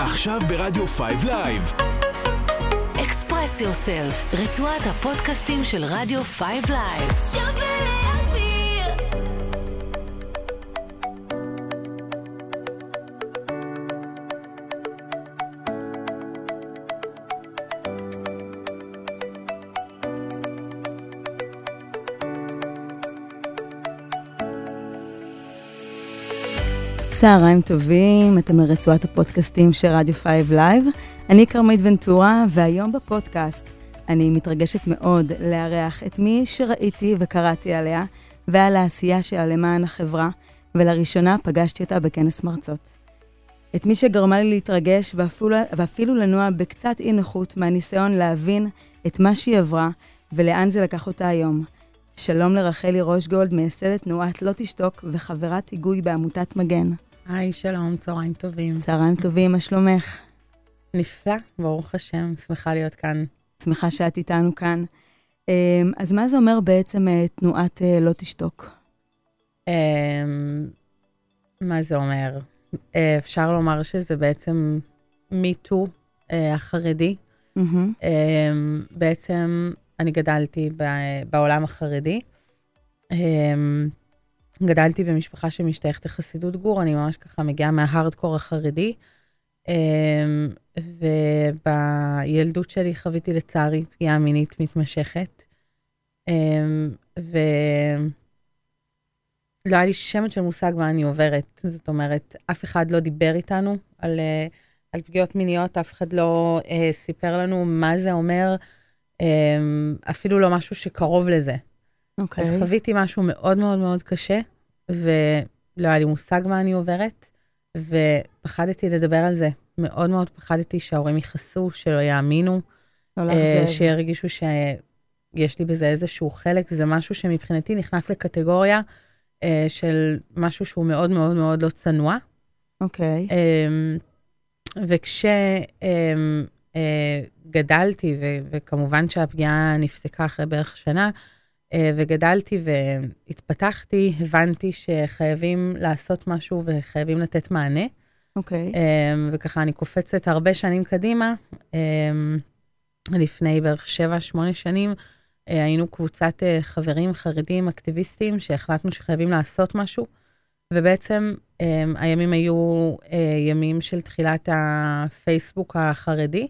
עכשיו ברדיו 5 לייב. Express Yourself, רצועת הפודקאסטים של רדיו 5 לייב. צהריים טובים, אתם ברצועת הפודקאסטים של רדיו 5 לייב. אני קרמית ונטורה, והיום בפודקאסט אני מתרגשת מאוד לארח את מי שראיתי וקראתי עליה, ועל העשייה שלה למען החברה, ולראשונה פגשתי אותה בכנס מרצות. את מי שגרמה לי להתרגש ואפילו לנוע בקצת אי נוחות מהניסיון להבין את מה שהיא עברה ולאן זה לקח אותה היום. שלום לרחלי רושגולד, מייסדת תנועת לא תשתוק וחברת היגוי בעמותת מגן. היי, שלום, צהריים טובים. צהריים טובים, מה שלומך? נפלא, ברוך השם, שמחה להיות כאן. שמחה שאת איתנו כאן. אז מה זה אומר בעצם תנועת לא תשתוק? מה זה אומר? אפשר לומר שזה בעצם מיטו החרדי. בעצם אני גדלתי בעולם החרדי. גדלתי במשפחה שמשתייכת לחסידות גור, אני ממש ככה מגיעה מההארדקור החרדי, ובילדות שלי חוויתי לצערי פגיעה מינית מתמשכת, ולא היה לי שמץ של מושג מה אני עוברת, זאת אומרת, אף אחד לא דיבר איתנו על פגיעות מיניות, אף אחד לא סיפר לנו מה זה אומר, אפילו לא משהו שקרוב לזה. Okay. אז חוויתי משהו מאוד מאוד מאוד קשה, ולא היה לי מושג מה אני עוברת, ופחדתי לדבר על זה. מאוד מאוד פחדתי שההורים יחסו, שלא יאמינו, שירגישו שיש לי בזה איזשהו חלק. זה משהו שמבחינתי נכנס לקטגוריה של משהו שהוא מאוד מאוד מאוד לא צנוע. אוקיי. וכשגדלתי, וכמובן שהפגיעה נפסקה אחרי בערך שנה, וגדלתי והתפתחתי, הבנתי שחייבים לעשות משהו וחייבים לתת מענה. אוקיי. וככה אני קופצת הרבה שנים קדימה. לפני בערך 7-8 שנים, היינו קבוצת חברים חרדים, אקטיביסטים, שהחלטנו שחייבים לעשות משהו. ובעצם הימים היו ימים של תחילת הפייסבוק החרדי.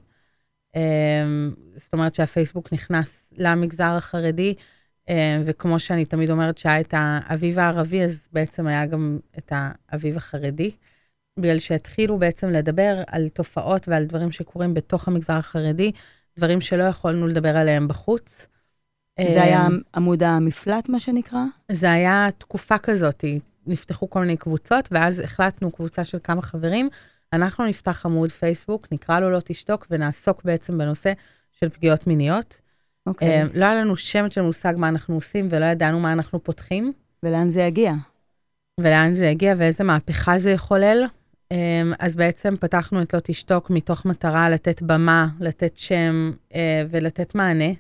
זאת אומרת שהפייסבוק נכנס למגזר החרדי, וכמו שאני תמיד אומרת שהיה את האביב הערבי, אז בעצם היה גם את האביב החרדי, בגלל שהתחילו בעצם לדבר על תופעות ועל דברים שקורים בתוך המגזר החרדי, דברים שלא יכולנו לדבר עליהם בחוץ. זה היה עמוד המפלט, מה שנקרא? זה היה תקופה כזאת, נפתחו כל מיני קבוצות, ואז החלטנו קבוצה של כמה חברים, אנחנו נפתח עמוד פייסבוק, נקרא לו לא תשתוק, ונעסוק בעצם בנושא של פגיעות מיניות. לא היה לנו שמץ של מושג מה אנחנו עושים, ולא ידענו מה אנחנו פותחים. ולאן זה יגיע? ולאן זה יגיע, ואיזה מהפכה זה יחולל. אז בעצם פתחנו את לא תשתוק, מתוך מטרה לתת במה, לתת שם, ולתת מענה.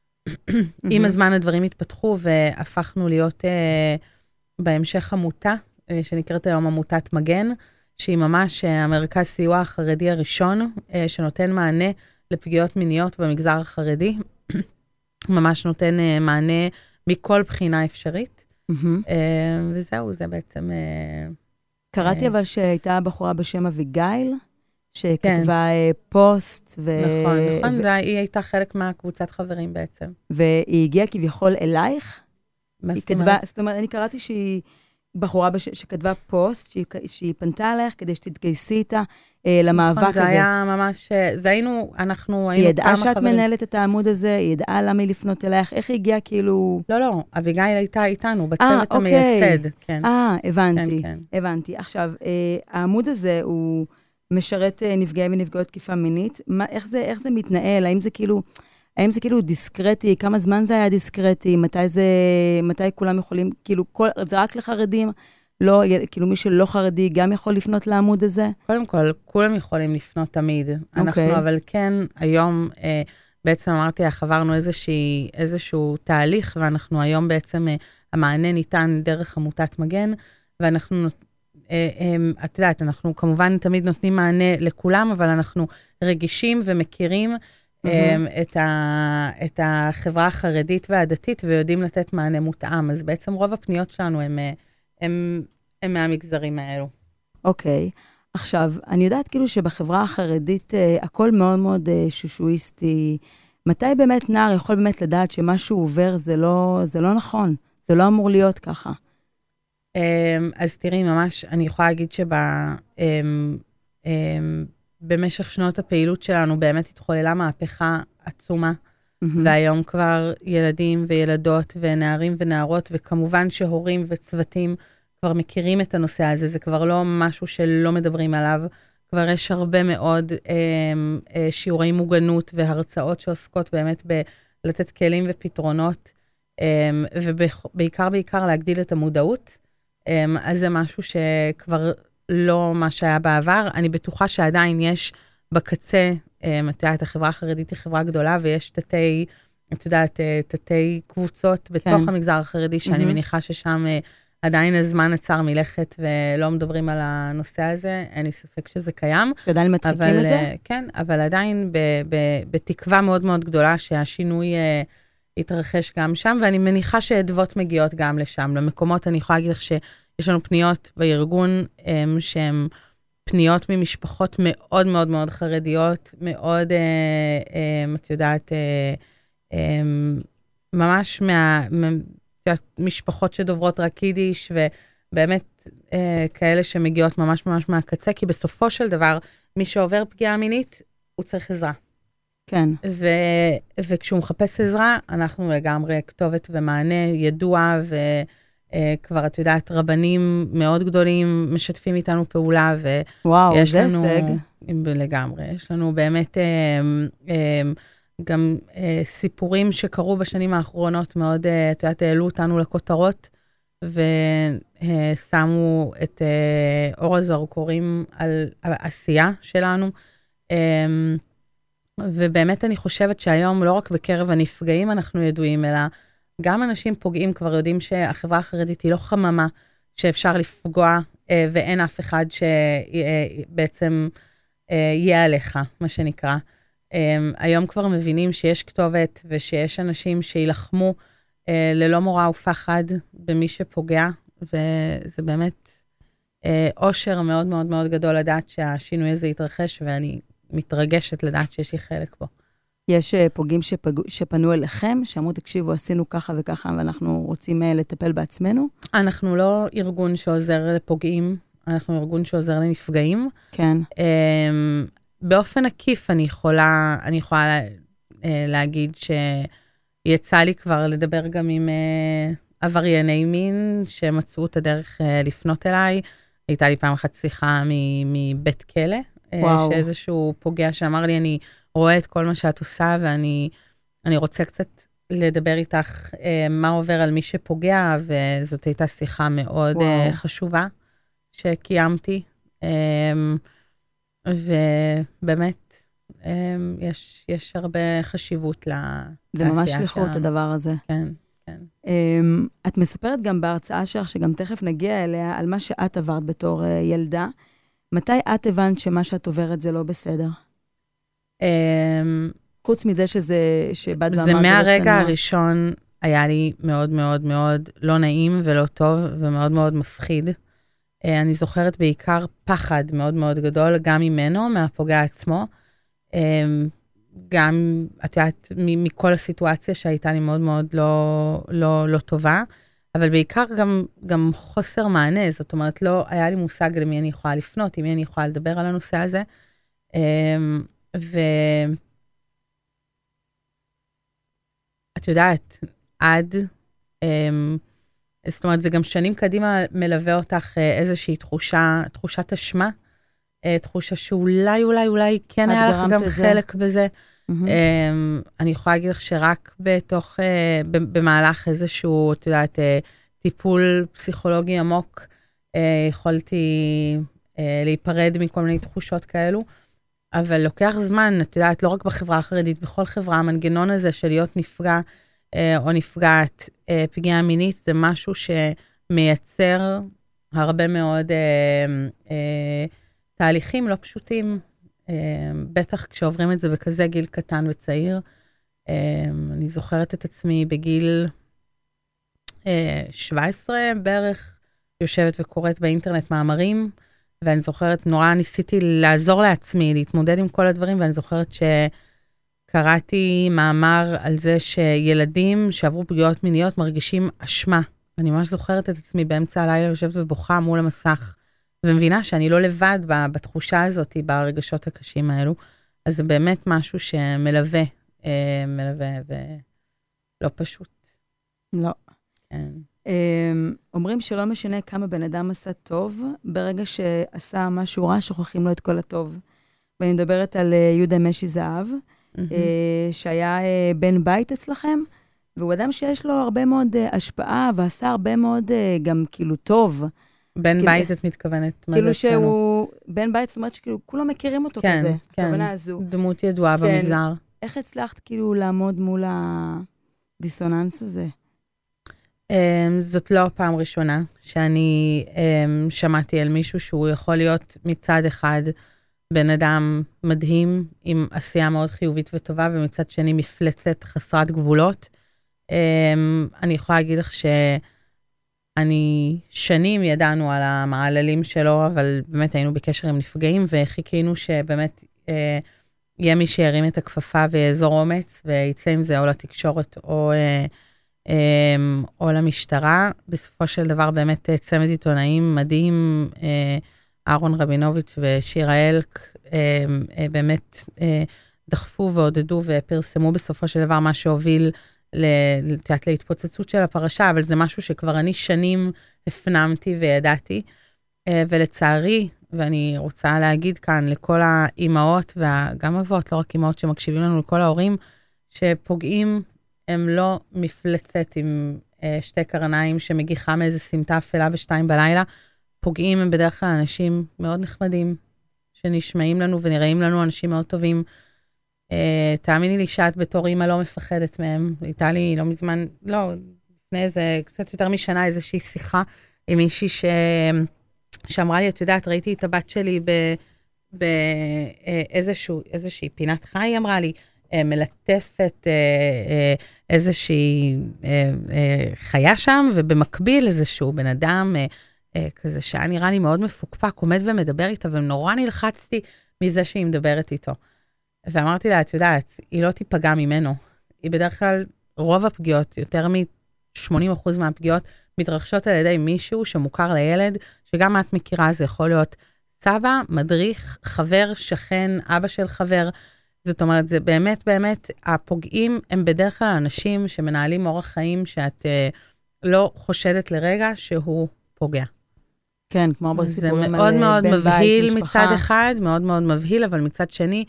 עם הזמן הדברים התפתחו, והפכנו להיות בהמשך עמותה, שנקראת היום עמותת מגן, שהיא ממש המרכז סיוע החרדי הראשון, שנותן מענה לפגיעות מיניות במגזר החרדי. ממש נותן מענה מכל בחינה אפשרית. וזהו, זה בעצם... קראתי אבל שהייתה בחורה בשם אביגיל, שכתבה פוסט. נכון, היא הייתה חלק מהקבוצת חברים בעצם. והיא הגיעה כביכול אלייך? מה זאת אומרת? זאת אומרת, אני קראתי שהיא בחורה שכתבה פוסט, שהיא פנתה עליך כדי שתתגייסי איתה למאבק הזה. זה היה ממש, זה היינו כמה חברים. היא ידעה שאת מנהלת את העמוד הזה, היא ידעה למה היא לפנות אלייך, איך היא הגיעה כאילו... לא, אביגיל הייתה איתנו, בצוות המייסד. הבנתי. עכשיו, העמוד הזה הוא משרת נפגעי ונפגעות תקיפה מינית, איך זה מתנהל? האם זה כאילו דיסקרטי? כמה זמן זה היה דיסקרטי? מתי כולם יכולים, כאילו, זה רק לחרדים? לא, כאילו מי שלא חרדי גם יכול לפנות לעמוד הזה? קודם כל, כולם יכולים לפנות תמיד. אנחנו אבל כן, היום, בעצם אמרתי, חברנו איזשהו תהליך, ואנחנו היום בעצם, המענה ניתן דרך עמותת מגן, ואנחנו את יודעת, אנחנו כמובן תמיד נותנים מענה לכולם, אבל אנחנו רגישים ומכירים את החברה החרדית והדתית, ויודעים לתת מענה מותאם. אז בעצם רוב הפניות שלנו הם מהמגזרים האלו. אוקיי. עכשיו, אני יודעת כאילו שבחברה החרדית הכל מאוד מאוד שושואיסטי. מתי באמת נער יכול באמת לדעת שמה שהוא עובר זה לא נכון? זה לא אמור להיות ככה. אז תראי, ממש, אני יכולה להגיד במשך שנות הפעילות שלנו באמת התחוללה מהפכה עצומה, והיום כבר ילדים וילדות ונערים ונערות, וכמובן שהורים וצוותים כבר מכירים את הנושא הזה, זה כבר לא משהו שלא מדברים עליו, כבר יש הרבה מאוד שיעורי מוגנות והרצאות שעוסקות באמת בלתת כלים ופתרונות, ובעיקר להגדיל את המודעות, אז זה משהו שכבר לא מה שהיה בעבר. אני בטוחה שעדיין יש בקצה, את יודעת, החברה החרדית היא חברה גדולה, ויש תתי קבוצות בתוך המגזר החרדי, שאני מניחה ששם עדיין הזמן עצר מלכת, ולא מדברים על הנושא הזה, אין לי ספק שזה קיים. שעדיין מדחיקים את זה? כן, אבל עדיין בתקווה מאוד מאוד גדולה, שהשינוי יתרחש גם שם, ואני מניחה שעדבות מגיעות גם לשם. למקומות אני יכולה להגיד לך שיש לנו פניות בארגון, שהן פניות ממשפחות מאוד מאוד מאוד חרדיות, מאוד, את יודעת, ממש משפחות שדוברות רק יידיש, ובאמת כאלה שמגיעות ממש ממש מהקצה, כי בסופו של דבר, מי שעובר פגיעה מינית, הוא צריך עזרה. כן. וכשהוא מחפש עזרה, אנחנו לגמרי כתובת ומענה ידוע, וכבר את יודעת, רבנים מאוד גדולים משתפים איתנו פעולה, וואו, זה הישג. לגמרי, יש לנו באמת גם סיפורים שקרו בשנים האחרונות, מאוד, את יודעת, העלו אותנו לכותרות, ושמו את אור הזרקורים על העשייה שלנו, ובאמת אני חושבת שהיום, לא רק בקרב הנפגעים אנחנו ידועים, אלא גם אנשים פוגעים כבר יודעים שהחברה החרדית היא לא חממה, שאפשר לפגוע, ואין אף אחד שבעצם יהיה עליך, מה שנקרא. היום כבר מבינים שיש כתובת, ושיש אנשים שילחמו ללא מורא ופחד במי שפוגע, וזה באמת אושר מאוד מאוד מאוד גדול לדעת שהשינוי הזה יתרחש, ואני מתרגשת לדעת שיש לי חלק פה. יש פוגעים שפנו אליכם, שאמרו, תקשיבו, עשינו ככה וככה, ואנחנו רוצים לטפל בעצמנו? אנחנו לא ארגון שעוזר לפוגעים, אנחנו ארגון שעוזר לנפגעים. כן. באופן עקיף אני יכולה להגיד שיצא לי כבר לדבר גם עם עברייני מין, שמצאו את הדרך לפנות אליי. הייתה לי פעם אחת שיחה מבית כלא, שאיזשהו פוגע שאמר לי, אני רואה את כל מה שאת עושה, ואני רוצה קצת לדבר איתך מה עובר על מי שפוגע, וזאת הייתה שיחה מאוד חשובה שקיימתי. ובאמת, יש הרבה חשיבות לעשייה שלנו. זה ממש שליחות הדבר הזה. כן, כן. את מספרת גם בהרצאה שלך, שגם תכף נגיע אליה, על מה שאת עברת בתור ילדה. מתי את הבנת שמה שאת עוברת זה לא בסדר? חוץ מזה שבאת ואמרת... זה מהרגע הראשון היה לי מאוד מאוד מאוד לא נעים ולא טוב, ומאוד מאוד מפחיד. אני זוכרת בעיקר פחד מאוד מאוד גדול, גם ממנו, מהפוגע עצמו, גם, את יודעת, מכל הסיטואציה שהייתה לי מאוד מאוד לא טובה, אבל בעיקר גם חוסר מענה, זאת אומרת, לא היה לי מושג למי אני יכולה לפנות, עם מי אני יכולה לדבר על הנושא הזה, ואת יודעת, זאת אומרת, זה גם שנים קדימה מלווה אותך איזושהי תחושת אשמה, תחושה שאולי כן היה לך גם חלק בזה. אני יכולה להגיד לך שרק במהלך איזשהו, את יודעת, טיפול פסיכולוגי עמוק, יכולתי להיפרד מכל מיני תחושות כאלו, אבל לוקח זמן, את יודעת, לא רק בחברה החרדית, בכל חברה, המנגנון הזה של להיות נפגע, או נפגעת פגיעה מינית, זה משהו שמייצר הרבה מאוד תהליכים לא פשוטים, בטח כשעוברים את זה בכזה גיל קטן וצעיר. אני זוכרת את עצמי בגיל 17 בערך, יושבת וקוראת באינטרנט מאמרים, ואני זוכרת, נורא ניסיתי לעזור לעצמי, להתמודד עם כל הדברים, ואני זוכרת שקראתי מאמר על זה שילדים שעברו פגיעות מיניות מרגישים אשמה. ואני ממש זוכרת את עצמי באמצע הלילה יושבת ובוכה מול המסך, ומבינה שאני לא לבד בתחושה הזאת, ברגשות הקשים האלו. אז זה באמת משהו שמלווה, ולא פשוט. לא. כן. אומרים שלא משנה כמה בן אדם עשה טוב, ברגע שעשה משהו רע, שוכחים לו את כל הטוב. ואני מדברת על יהודה משי זהב, שהיה בן בית אצלכם, והוא אדם שיש לו הרבה מאוד השפעה, ועשה הרבה מאוד גם כאילו טוב. בן בית את מתכוונת? כאילו שהוא בן בית, זאת אומרת שכאילו כולם מכירים אותו כזה. כן, דמות ידועה במגזר. איך הצלחת כאילו לעמוד מול הדיסוננס הזה? זאת לא הפעם ראשונה שאני שמעתי על מישהו שהוא יכול להיות מצד אחד בן אדם מדהים עם עשייה מאוד חיובית וטובה, ומצד שני מפלצת חסרת גבולות. אני יכולה להגיד לך שאני שנים ידענו על המעללים שלו, אבל באמת היינו בקשר עם נפגעים, וחיכינו שבאמת יהיה מי שירים את הכפפה ויעזור אומץ, ויצא עם זה או לתקשורת או למשטרה. בסופו של דבר באמת צמד עיתונאים מדהים, אהרון רבינוביץ' ושירה אלק, באמת דחפו ועודדו ופרסמו בסופו של דבר מה שהוביל להתפוצצות של הפרשה, אבל זה משהו שכבר אני שנים הפנמתי וידעתי, ולצערי, ואני רוצה להגיד כאן לכל האימהות וגם אבות, לא רק אימהות שמקשיבים לנו, לכל ההורים שפוגעים, הם לא מפלצת עם שתי קרניים שמגיחה מאיזה סמטה אפלה ושתיים בלילה, פוגעים הם בדרך כלל אנשים מאוד נחמדים, שנשמעים לנו ונראים לנו אנשים מאוד טובים. תאמיני לי שאת בתור אימא לא מפחדת מהם. הייתה לי לא מזמן, לא, לפני איזה, קצת יותר משנה, איזושהי שיחה עם מישהי שאמרה לי, את יודעת, ראיתי את הבת שלי באיזושהי פינת חי, היא אמרה לי, מלטפת איזושהי חיה שם, ובמקביל איזשהו בן אדם כזה שהיה נראה לי מאוד מפוקפק, עומד ומדבר איתה, ונורא נלחצתי מזה שהיא מדברת איתו. ואמרתי לה, את יודעת, היא לא תיפגע ממנו. היא בדרך כלל, רוב הפגיעות, יותר מ-80% מהפגיעות, מתרחשות על ידי מישהו שמוכר לילד, שגם את מכירה, זה יכול להיות סבא, מדריך, חבר, שכן, אבא של חבר. זאת אומרת, זה באמת, באמת, הפוגעים הם בדרך כלל אנשים שמנהלים אורח חיים שאת לא חושדת לרגע שהוא פוגע. כן, כמו בסיפורים על בן בית, משפחה. זה מאוד מאוד מבהיל מצד אחד, מאוד מאוד מבהיל, אבל מצד שני,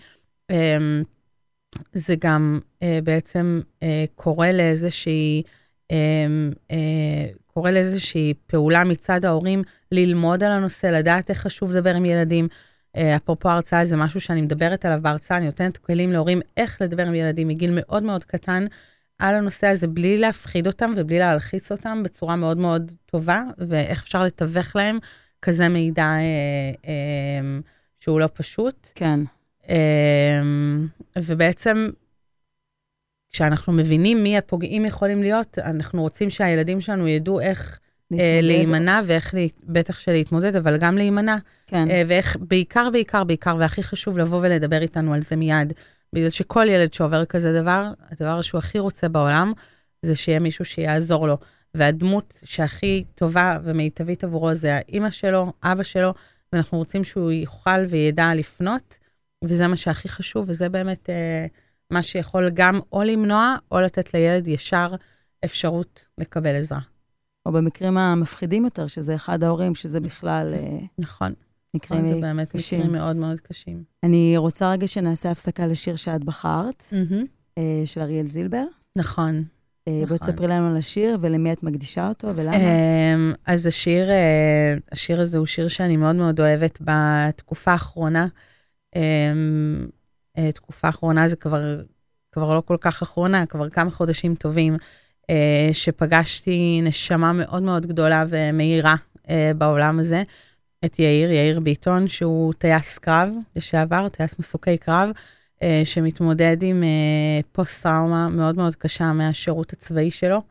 זה גם בעצם קורא לאיזושהי פעולה מצד ההורים, ללמוד על הנושא, לדעת איך חשוב לדבר עם ילדים. אפרופו הרצאה, זה משהו שאני מדברת עליו בהרצאה, אני נותנת כלים להורים איך לדבר עם ילדים מגיל מאוד מאוד קטן, על הנושא הזה, בלי להפחיד אותם ובלי להלחיץ אותם, בצורה מאוד מאוד טובה, ואיך אפשר לתווך להם כזה מידע שהוא לא פשוט. כן. ובעצם, כשאנחנו מבינים מי הפוגעים יכולים להיות, אנחנו רוצים שהילדים שלנו ידעו איך להימנע, ואיך בטח שלהתמודד, אבל גם להימנע. כן. ואיך בעיקר, והכי חשוב לבוא ולדבר איתנו על זה מיד, בגלל שכל ילד שעובר כזה דבר, הדבר שהוא הכי רוצה בעולם, זה שיהיה מישהו שיעזור לו. והדמות שהכי טובה ומיטבית עבורו זה האמא שלו, אבא שלו, ואנחנו רוצים שהוא יוכל וידע לפנות, וזה מה שהכי חשוב, וזה באמת מה שיכול גם או למנוע, או לתת לילד ישר אפשרות לקבל עזרה. או במקרים המפחידים יותר, שזה אחד ההורים, שזה בכלל נכון. מקרים זה באמת קשים. מקרים מאוד מאוד קשים. אני רוצה רגע שנעשה הפסקה לשיר שאת בחרת, של אריאל זילבר. נכון. בואי תספרי לנו על השיר, ולמי את מקדישה אותו, ולמה? אז השיר הזה הוא שיר שאני מאוד מאוד אוהבת בתקופה האחרונה. תקופה האחרונה זה כבר לא כל כך אחרונה, כבר כמה חודשים טובים, שפגשתי נשמה מאוד מאוד גדולה ומהירה בעולם הזה, את יאיר ביטון, שהוא טייס קרב לשעבר, טייס מסוקי קרב, שמתמודד עם פוסט-טראומה מאוד מאוד קשה מהשירות הצבאי שלו.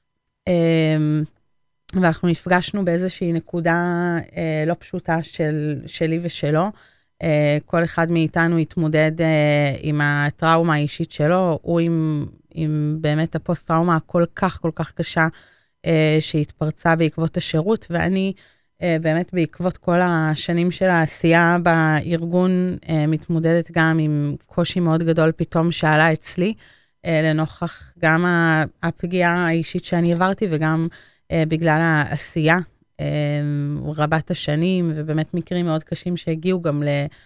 ואנחנו נפגשנו באיזושהי נקודה לא פשוטה שלי ושלו. כל אחד מאיתנו התמודד עם הטראומה האישית שלו, הוא עם באמת הפוסט-טראומה הכל כך כל כך קשה שהתפרצה בעקבות השירות, ואני באמת בעקבות כל השנים של העשייה בארגון מתמודדת גם עם קושי מאוד גדול פתאום שעלה אצלי, לנוכח גם הפגיעה האישית שאני עברתי וגם בגלל העשייה רבת השנים, ובאמת מקרים מאוד קשים שהגיעו גם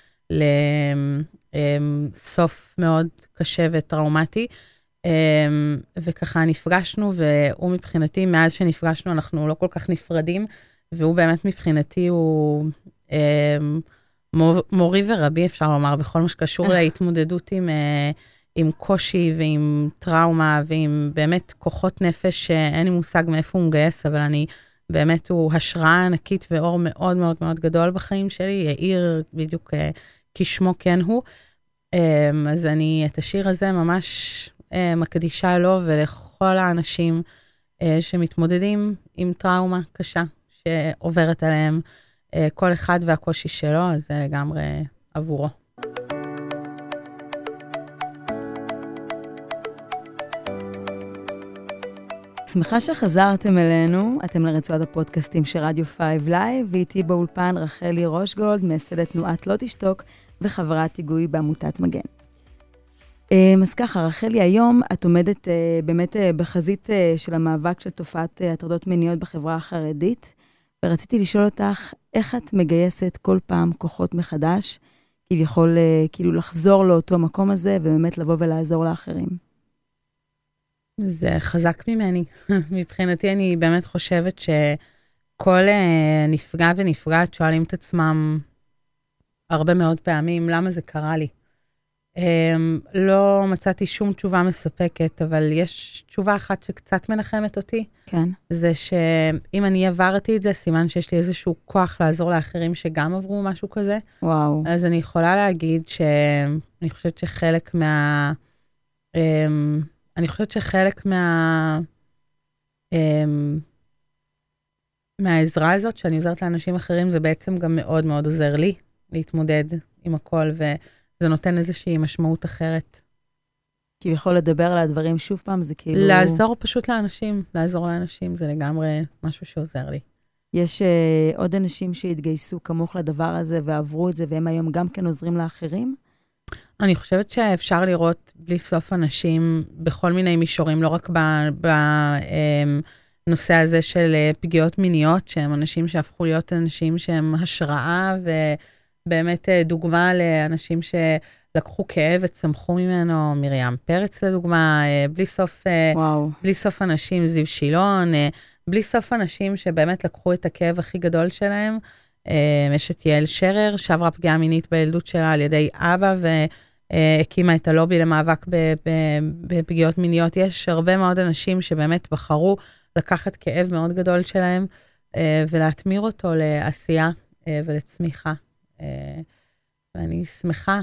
לסוף מאוד קשה וטראומטי, וככה נפגשנו, והוא מבחינתי, מאז שנפגשנו אנחנו לא כל כך נפרדים, והוא באמת מבחינתי הוא מורי ורבי, אפשר לומר, בכל מה שקשור להתמודדות עם קושי ועם טראומה, ועם באמת כוחות נפש שאין לי מושג מאיפה הוא מגייס, אבל באמת הוא השראה ענקית ואור מאוד מאוד מאוד גדול בחיים שלי, יאיר בדיוק כשמו כן הוא. אז אני את השיר הזה ממש מקדישה לו ולכל האנשים שמתמודדים עם טראומה קשה שעוברת עליהם, כל אחד והקושי שלו, אז זה לגמרי עבורו. שמחה שחזרתם אלינו, אתם לרצועת הפודקאסטים של רדיו 5 לייב, ואיתי באולפן רחלי רושגולד, מייסדת תנועת לא תשתוק, וחברת היגוי בעמותת מגן. אז ככה, רחלי, היום את עומדת באמת בחזית של המאבק של תופעת הטרדות מיניות בחברה החרדית, ורציתי לשאול אותך, איך את מגייסת כל פעם כוחות מחדש, כביכול כאילו לחזור לאותו מקום הזה, ובאמת לבוא ולעזור לאחרים? זה חזק ממני. מבחינתי אני באמת חושבת שכל נפגע ונפגעת שואלים את עצמם הרבה מאוד פעמים, למה זה קרה לי? לא מצאתי שום תשובה מספקת, אבל יש תשובה אחת שקצת מנחמת אותי. כן. זה שאם אני עברתי את זה, סימן שיש לי איזשהו כוח לעזור לאחרים שגם עברו משהו כזה. וואו. אז אני יכולה להגיד שאני חושבת שחלק מהעזרה הזאת שאני עוזרת לאנשים אחרים, זה בעצם גם מאוד מאוד עוזר לי להתמודד עם הכל, וזה נותן איזושהי משמעות אחרת. כי יכול לדבר על הדברים שוב פעם, זה כאילו... לעזור פשוט לאנשים, לעזור לאנשים, זה לגמרי משהו שעוזר לי. יש עוד אנשים שהתגייסו כמוך לדבר הזה, ועברו את זה, והם היום גם כן עוזרים לאחרים? אני חושבת שאפשר לראות בלי סוף אנשים בכל מיני מישורים, לא רק בנושא הזה של פגיעות מיניות, שהם אנשים שהפכו להיות אנשים שהם השראה, ובאמת דוגמה לאנשים שלקחו כאב וצמחו ממנו, מרים פרץ לדוגמה, בלי סוף אנשים, זיו שילון, בלי סוף אנשים שבאמת לקחו את הכאב הכי גדול שלהם. יש את יעל שרר, שעברה פגיעה מינית בילדות שלה על ידי אבא, והקימה את הלובי למאבק בפגיעות מיניות. יש הרבה מאוד אנשים שבאמת בחרו לקחת כאב מאוד גדול שלהם, ולהתמיר אותו לעשייה ולצמיחה. ואני שמחה.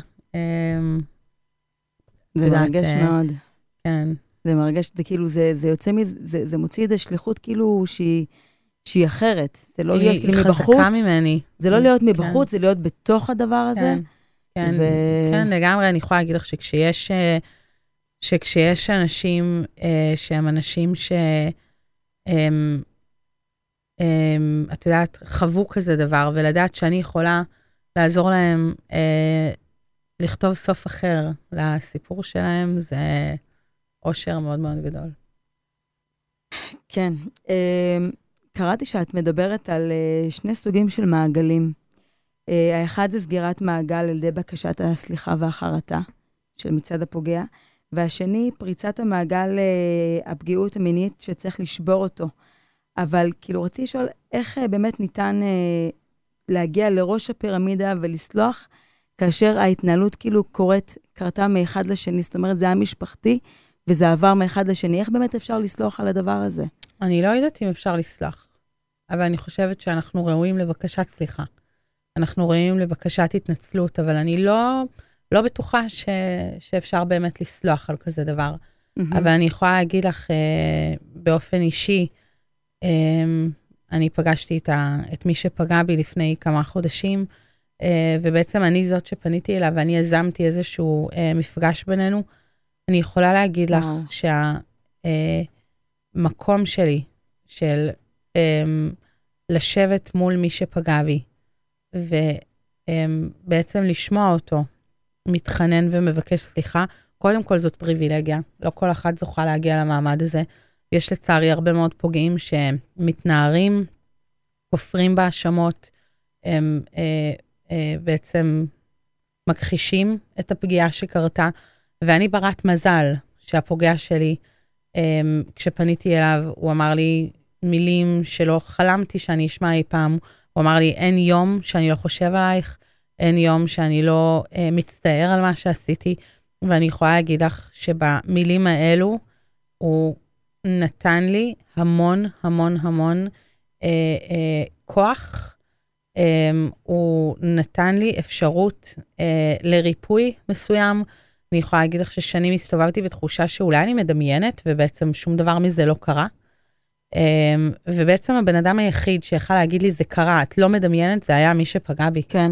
זה מרגש מאוד. כן. זה מרגש, זה כאילו, זה יוצא זה מוציא את השליחות כאילו שהיא אחרת. זה לא להיות כאילו מבחוץ. היא חזקה ממני. זה לא להיות מבחוץ, זה להיות בתוך הדבר הזה. כן, לגמרי, אני יכולה להגיד לך שכשיש אנשים שהם אנשים את יודעת, חוו כזה דבר, ולדעת שאני יכולה לעזור להם לכתוב סוף אחר לסיפור שלהם, זה אושר מאוד מאוד גדול. כן. קראתי שאת מדברת על שני סוגים של מעגלים. האחד זה סגירת מעגל על ידי בקשת הסליחה והחרטה של מצד הפוגע, והשני פריצת המעגל הפגיעות המינית שצריך לשבור אותו. אבל כאילו רציתי לשאול איך באמת ניתן להגיע לראש הפירמידה ולסלוח, כאשר ההתנהלות כאילו קרתה מאחד לשני, זאת אומרת זה היה משפחתי וזה עבר מאחד לשני. איך באמת אפשר לסלוח על הדבר הזה? אני לא יודעת אם אפשר לסלוח. אבל אני חושבת שאנחנו ראויים לבקשת סליחה. אנחנו ראויים לבקשת התנצלות, אבל אני לא בטוחה שאפשר באמת לסלוח על כזה דבר. אבל אני יכולה להגיד לך באופן אישי, אני פגשתי את מי שפגע בי לפני כמה חודשים, ובעצם אני זאת שפניתי אליו, ואני יזמתי איזשהו מפגש בינינו. אני יכולה להגיד לך שהמקום שלי, של לשבת מול מי שפגע בי, ובעצם לשמוע אותו, מתחנן ומבקש סליחה, קודם כל זאת פריבילגיה, לא כל אחת זוכה להגיע למעמד הזה. יש לצערי הרבה מאוד פוגעים שמתנערים, כופרים בהאשמות, הם בעצם מכחישים את הפגיעה שקרתה, ואני ברת מזל שהפוגע שלי, כשפניתי אליו, הוא אמר לי מילים שלא חלמתי שאני אשמע אי פעם, הוא אמר לי, אין יום שאני לא חושב עלייך, אין יום שאני לא מצטער על מה שעשיתי, ואני יכולה להגיד לך שבמילים האלו, הוא נתן לי המון, המון, המון כוח, הוא נתן לי אפשרות לריפוי מסוים. אני יכולה להגיד לך ששנים הסתובבתי בתחושה שאולי אני מדמיינת, ובעצם שום דבר מזה לא קרה. ובעצם הבן אדם היחיד שיכל להגיד לי, זה קרה, את לא מדמיינת, זה היה מי שפגע בי. כן.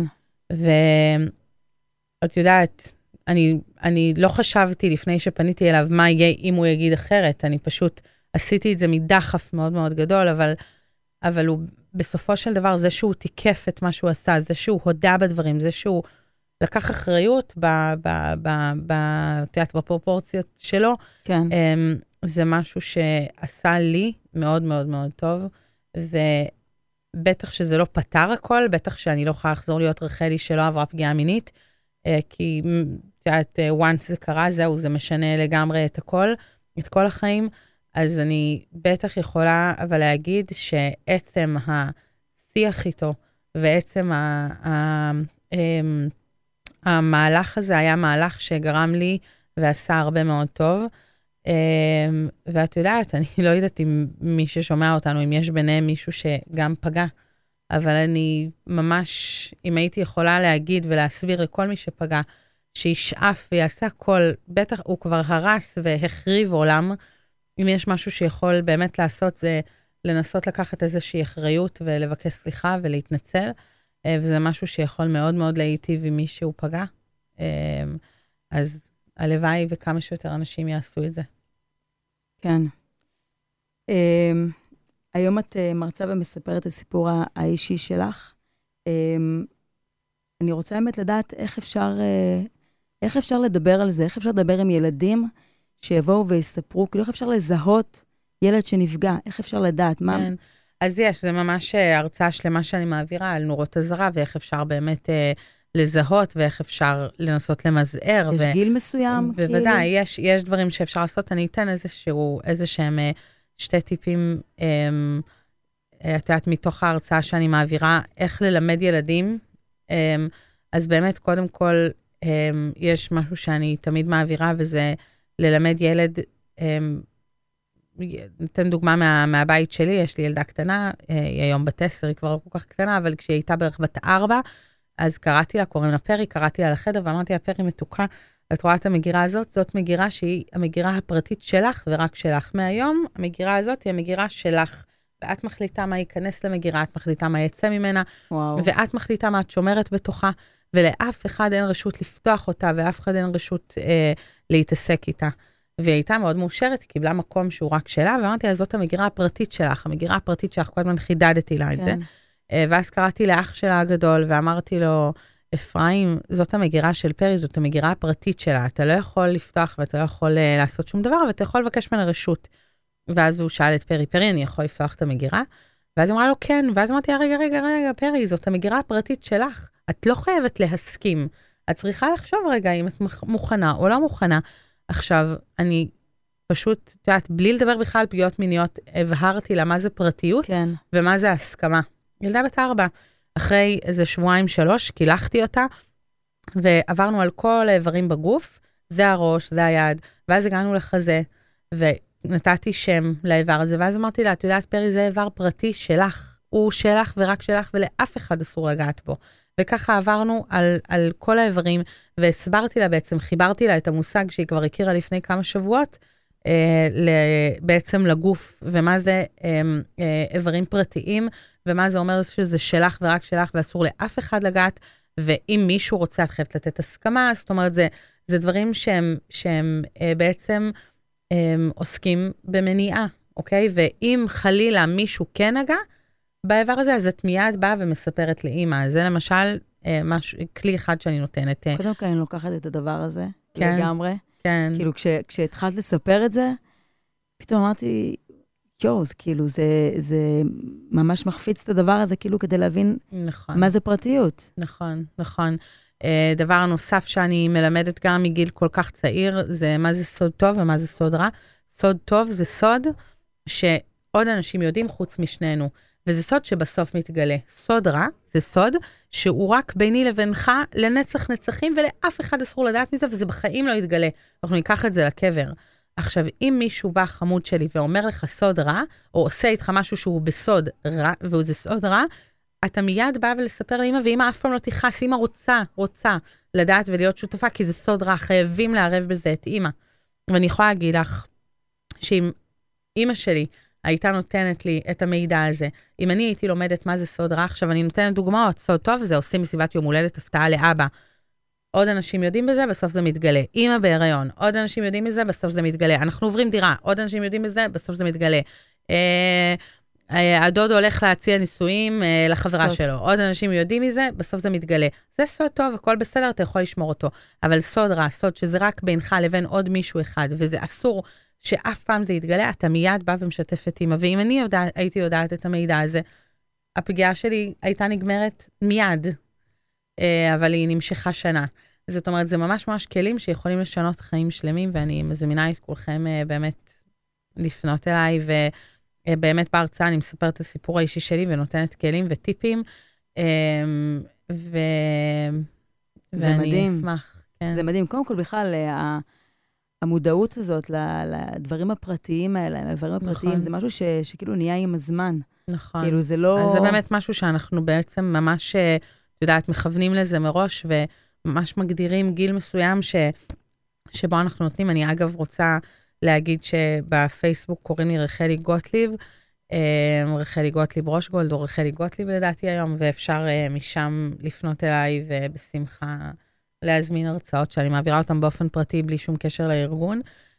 ואת יודעת, אני לא חשבתי לפני שפניתי אליו מה יהיה אם הוא יגיד אחרת, אני פשוט עשיתי את זה מדחף מאוד מאוד גדול, אבל הוא בסופו של דבר, זה שהוא תיקף את מה שהוא עשה, זה שהוא הודע בדברים, זה שהוא לקח אחריות בפרופורציות שלו, כן. זה משהו שעשה לי מאוד מאוד מאוד טוב, ובטח שזה לא פתר הכל, בטח שאני לא יכולה לחזור להיות רחלי שלא עברה פגיעה מינית, כי once זה קרה, זה משנה לגמרי את הכל, את כל החיים, אז אני בטח יכולה אבל להגיד שעצם השיח איתו, ועצם המהלך הזה היה מהלך שגרם לי ועשה הרבה מאוד טוב, ואת יודעת, אני לא יודעת אם מי ששומע אותנו, אם יש ביניהם מישהו שגם פגע, אבל אני ממש, אם הייתי יכולה להגיד ולהסביר לכל מי שפגע, שישאף ויעשה הכל, בטח הוא כבר הרס והחריב עולם, אם יש משהו שיכול באמת לעשות, זה לנסות לקחת איזושהי אחריות ולבקש סליחה ולהתנצל, וזה משהו שיכול מאוד מאוד להיטיב עם מי שהוא פגע. אז הלוואי וכמה שיותר אנשים יעשו את זה. כן. היום את מרצה ומספרת את הסיפור האישי שלך. אני רוצה באמת לדעת איך אפשר לדבר על זה, איך אפשר לדבר עם ילדים שיבואו ויספרו, כאילו איך אפשר לזהות ילד שנפגע, איך אפשר לדעת מה... כן. אז זה ממש הרצאה שלמה שאני מעבירה על נורות הזרה, ואיך אפשר באמת לזהות, ואיך אפשר לנסות למזער. יש גיל מסוים? בוודאי, יש דברים שאפשר לעשות. אני אתן איזשהם שתי טיפים, את יודעת, מתוך ההרצאה שאני מעבירה, איך ללמד ילדים. אז באמת, קודם כל, יש משהו שאני תמיד מעבירה, וזה ללמד ילד, ניתן דוגמה מהבית שלי, יש לי ילדה קטנה, היא היום בת 10, היא כבר לא כל כך קטנה, אבל כשהיא הייתה בערך בת 4, אז קראתי לה, קוראים לה פרי, קראתי לה לחדר, ואמרתי לה, פרי מתוקה, את רואה את המגירה הזאת? זאת מגירה שהיא המגירה הפרטית שלך, ורק שלך. מהיום, המגירה הזאת היא המגירה שלך, ואת מחליטה מה ייכנס למגירה, את מחליטה מה יצא ממנה, ואת מחליטה מה את שומרת בתוכה, ולאף אחד אין רשות לפתוח אותה, ואף אחד אין רשות להתעסק איתה. והיא הייתה מאוד מאושרת, היא קיבלה מקום שהוא רק שלה, ואמרתי לה, זאת המגירה הפרטית שלך, המגירה הפרטית שלך, כל הזמן חידדתי לה את זה. ואז קראתי לאח שלה הגדול, ואמרתי לו, אפרים, זאת המגירה של פרי, זאת המגירה הפרטית שלה, אתה לא יכול לפתוח, ואתה לא יכול לעשות שום דבר, ואתה יכול לבקש ממנה רשות. ואז הוא שאל את פרי, פרי, אני יכול לפתוח את המגירה? ואז היא אמרה לו, כן, ואז אמרתי לה, רגע, פרי, זאת המגירה הפרטית שלך, את לא חייבת להסכים, את צריכה לחשוב רגע אם את מוכנה או לא מוכנה. עכשיו, אני פשוט, את יודעת, בלי לדבר בכלל על פגיעות מיניות, הבהרתי לה מה זה פרטיות, כן. ומה זה הסכמה. ילדה בת 4, אחרי איזה 2-3 קילחתי אותה, ועברנו על כל האיברים בגוף, זה הראש, זה היד, ואז הגענו לחזה, ונתתי שם לאיבר הזה, ואז אמרתי לה, את יודעת, פרי, זה איבר פרטי שלך, הוא שלך ורק שלך, ולאף אחד אסור לגעת בו. וככה עברנו על כל האיברים, והסברתי לה בעצם, חיברתי לה את המושג שהיא כבר הכירה לפני כמה שבועות, בעצם לגוף, ומה זה איברים פרטיים, ומה זה אומר שזה שלך ורק שלך, ואסור לאף אחד לגעת, ואם מישהו רוצה, את חייבת לתת הסכמה, זאת אומרת, זה דברים שהם בעצם עוסקים במניעה, אוקיי? ואם חלילה מישהו כן נגע, באיבר הזה, אז את מיד באה ומספרת לאמא. זה למשל כלי אחד שאני נותנת. קודם כל אני לוקחת את הדבר הזה, כן, לגמרי. כן. כאילו, כשהתחלת לספר את זה, פתאום אמרתי, יו, זה כאילו, זה ממש מחפיץ את הדבר הזה, כאילו, כדי להבין נכון. מה זה פרטיות. נכון, נכון. דבר נוסף שאני מלמדת גם מגיל כל כך צעיר, זה מה זה סוד טוב ומה זה סוד רע. סוד טוב זה סוד שעוד אנשים יודעים חוץ משנינו, וזה סוד שבסוף מתגלה. סוד רע זה סוד שהוא רק ביני לבינך לנצח נצחים, ולאף אחד אסור לדעת מזה, וזה בחיים לא יתגלה. אנחנו ניקח את זה לקבר. עכשיו, אם מישהו בא חמוד שלי ואומר לך סוד רע, או עושה איתך משהו שהוא בסוד רע, וזה סוד רע, אתה מיד בא ולספר לאמא, ואמא אף פעם לא תיחס, אמא רוצה לדעת ולהיות שותפה, כי זה סוד רע, חייבים לערב בזה את אמא. ואני יכולה להגיד לך, שאם אמא שלי הייתה נותנת לי את המידע הזה, אם אני הייתי לומדת מה זה סוד רע, עכשיו אני נותנת דוגמאות, סוד טוב זה עושים מסיבת יום הולדת, הפתעה לאבא. עוד אנשים יודעים בזה, בסוף זה מתגלה. אמא בהיריון, עוד אנשים יודעים מזה, בסוף זה מתגלה. אנחנו עוברים דירה, עוד אנשים יודעים מזה, בסוף זה מתגלה. הדוד הולך להציע נישואים לחברה שלו. עוד אנשים יודעים מזה, בסוף זה מתגלה. זה סוד טוב, הכל בסדר, אתה יכול לשמור אותו. אבל סוד רע, סוד שזה רק בינך לבין עוד מישהו אחד, וזה אסור שאף פעם זה יתגלה, אתה מיד בא ומשתף את אמא. ואם אני הייתי יודעת את המידע הזה, הפגיעה שלי הייתה נגמרת מיד, אבל היא נמשכה שנה. זאת אומרת, זה ממש ממש כלים שיכולים לשנות חיים שלמים, ואני מזמינה את כולכם באמת לפנות אליי, ובאמת בהרצאה אני מספרת את הסיפור האישי שלי, ונותנת כלים וטיפים, ואני אשמח. כן. זה מדהים. קודם כל בכלל, המודעות הזאת לדברים הפרטיים האלה, האיברים הפרטיים, נכון. זה משהו שכאילו נהיה עם הזמן. נכון. כאילו זה לא... אז זה באמת משהו שאנחנו בעצם ממש, את יודעת, מכוונים לזה מראש, ממש מגדירים גיל מסוים שבו אנחנו נותנים. אני אגב רוצה להגיד שבפייסבוק קוראים לי רחלי גוטליב, רחלי גוטליב רושגולד, או רחלי גוטליב לדעתי היום, ואפשר משם לפנות אליי ובשמחה להזמין הרצאות שאני מעבירה אותם באופן פרטי בלי שום קשר לארגון.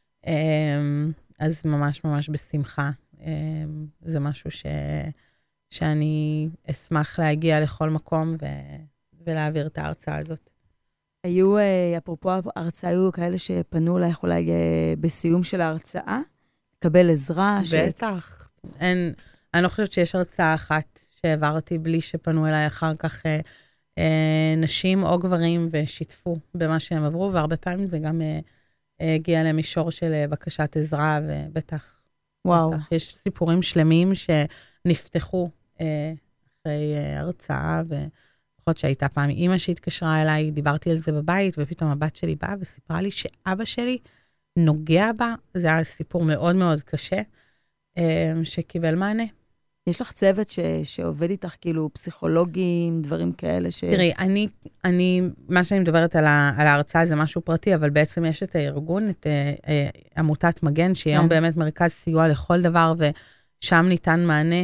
אז ממש ממש בשמחה. זה משהו שאני אשמח להגיע לכל מקום ולהעביר את ההרצאה הזאת. היו, אפרופו ההרצאה, היו כאלה שפנו אליך אולי בסיום של ההרצאה? לקבל עזרה? בטח. אני לא חושבת שיש הרצאה אחת שהעברתי בלי שפנו אליי אחר כך נשים או גברים ושיתפו במה שהם עברו, והרבה פעמים זה גם הגיע למישור של בקשת עזרה, ובטח. וואו. בטח. יש סיפורים שלמים שנפתחו אחרי הרצאה, לפחות שהייתה פעם אמא שהתקשרה אליי, דיברתי על זה בבית, ופתאום הבת שלי באה וסיפרה לי שאבא שלי נוגע בה. זה היה סיפור מאוד מאוד קשה, שקיבל מענה. יש לך צוות שעובד איתך, כאילו פסיכולוגים, דברים כאלה תראי, מה שאני מדברת על ההרצאה זה משהו פרטי, אבל בעצם יש את הארגון, את עמותת מגן, שהיא היום באמת מרכז סיוע לכל דבר, ושם ניתן מענה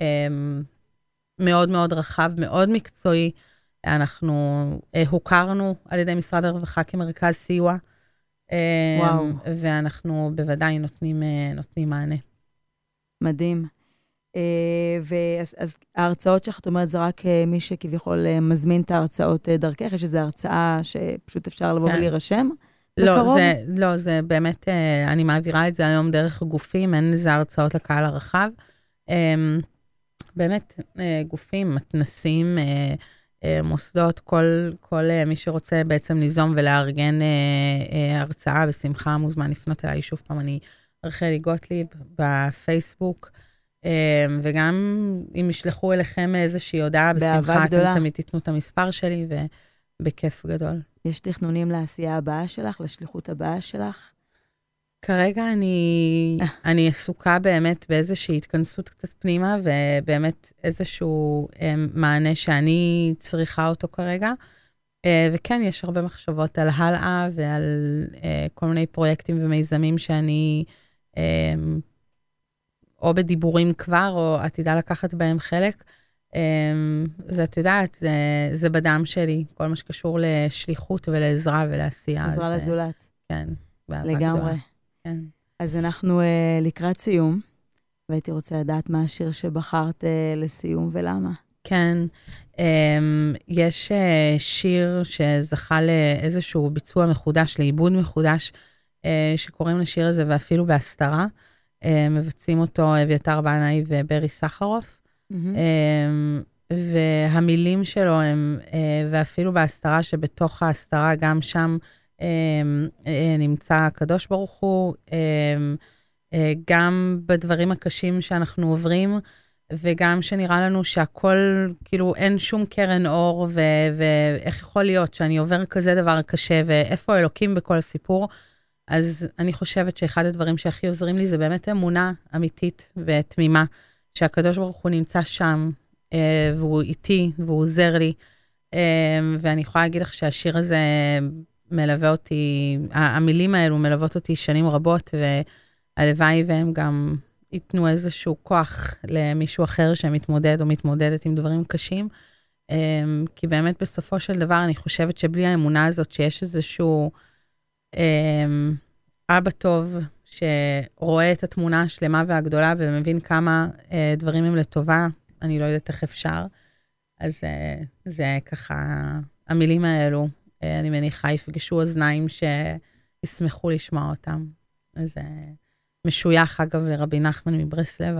מאוד מאוד רחב, מאוד מקצועי. אנחנו הוכרנו על ידי משרד הרווחה כמרכז סיוע, וואו. ואנחנו בוודאי נותנים מענה. מדהים. אז ההרצאות שלך, את אומרת, זה רק מי שכביכול מזמין את ההרצאות דרכך, יש איזו הרצאה שפשוט אפשר לבוא ולהירשם בקרוב? לא, זה באמת, אני מעבירה את זה היום דרך גופים, אין איזה הרצאות לקהל הרחב. באמת, גופים, מתנסים, מוסדות, כל מי שרוצה בעצם ליזום ולארגן הרצאה בשמחה, מוזמן לפנות אליי. שוב פעם, אני רחלי גוטליב בפייסבוק, וגם אם ישלחו אליכם איזושהי הודעה, בשמחה אתם תמיד תיתנו את המספר שלי, ובכיף גדול. יש תכנונים לעשייה הבאה שלך, לשליחות הבאה שלך? כרגע אני עסוקה באמת באיזושהי התכנסות קצת פנימה, ובאמת איזשהו מענה שאני צריכה אותו כרגע. וכן, יש הרבה מחשבות על הלאה ועל כל מיני פרויקטים ומיזמים שאני או בדיבורים כבר, או עתידה לקחת בהם חלק. ואת יודעת, זה בדם שלי, כל מה שקשור לשליחות ולעזרה ולעשייה. עזרה לזולת. כן, לגמרי. כן. אז אנחנו לקראת סיום, והייתי רוצה לדעת מה השיר שבחרת לסיום ולמה. כן, יש שיר שזכה לאיזשהו ביצוע מחודש, לעיבוד מחודש, שקוראים לשיר הזה ואפילו בהסתרה. מבצעים אותו אביתר בנאי וברי סחרוף. והמילים שלו הם, ואפילו בהסתרה שבתוך ההסתרה, גם שם נמצא הקדוש ברוך הוא, גם בדברים הקשים שאנחנו עוברים, וגם שנראה לנו שהכל, כאילו אין שום קרן אור, ואיך יכול להיות שאני עובר כזה דבר קשה, ואיפה אלוקים בכל הסיפור. אז אני חושבת שאחד הדברים שהכי עוזרים לי, זה באמת אמונה אמיתית ותמימה, שהקדוש ברוך הוא נמצא שם, והוא איתי, והוא עוזר לי, ואני יכולה להגיד לך שהשיר הזה מלווה אותי, המילים האלו מלוות אותי שנים רבות, והלוואי והם גם ייתנו איזשהו כוח למישהו אחר שמתמודד או מתמודדת עם דברים קשים, כי באמת בסופו של דבר אני חושבת שבלי האמונה הזאת שיש איזשהו אבא טוב שרואה את התמונה השלמה והגדולה ומבין כמה דברים הם לטובה, אני לא יודעת איך אפשר. אז זה ככה, המילים האלו, אני מניחה, יפגשו אוזניים שישמחו לשמוע אותם. אז משוייך, אגב, לרבי נחמן מברסלב,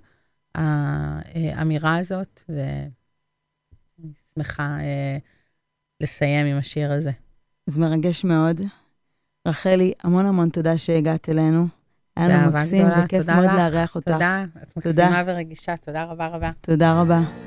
האמירה הזאת, ואני שמחה לסיים עם השיר הזה. זה מרגש מאוד. רחלי, המון המון תודה שהגעת אלינו. היה לנו מקסים וכיף מאוד לארח אותך. תודה, את מקסימה ורגישה, תודה רבה רבה. תודה רבה.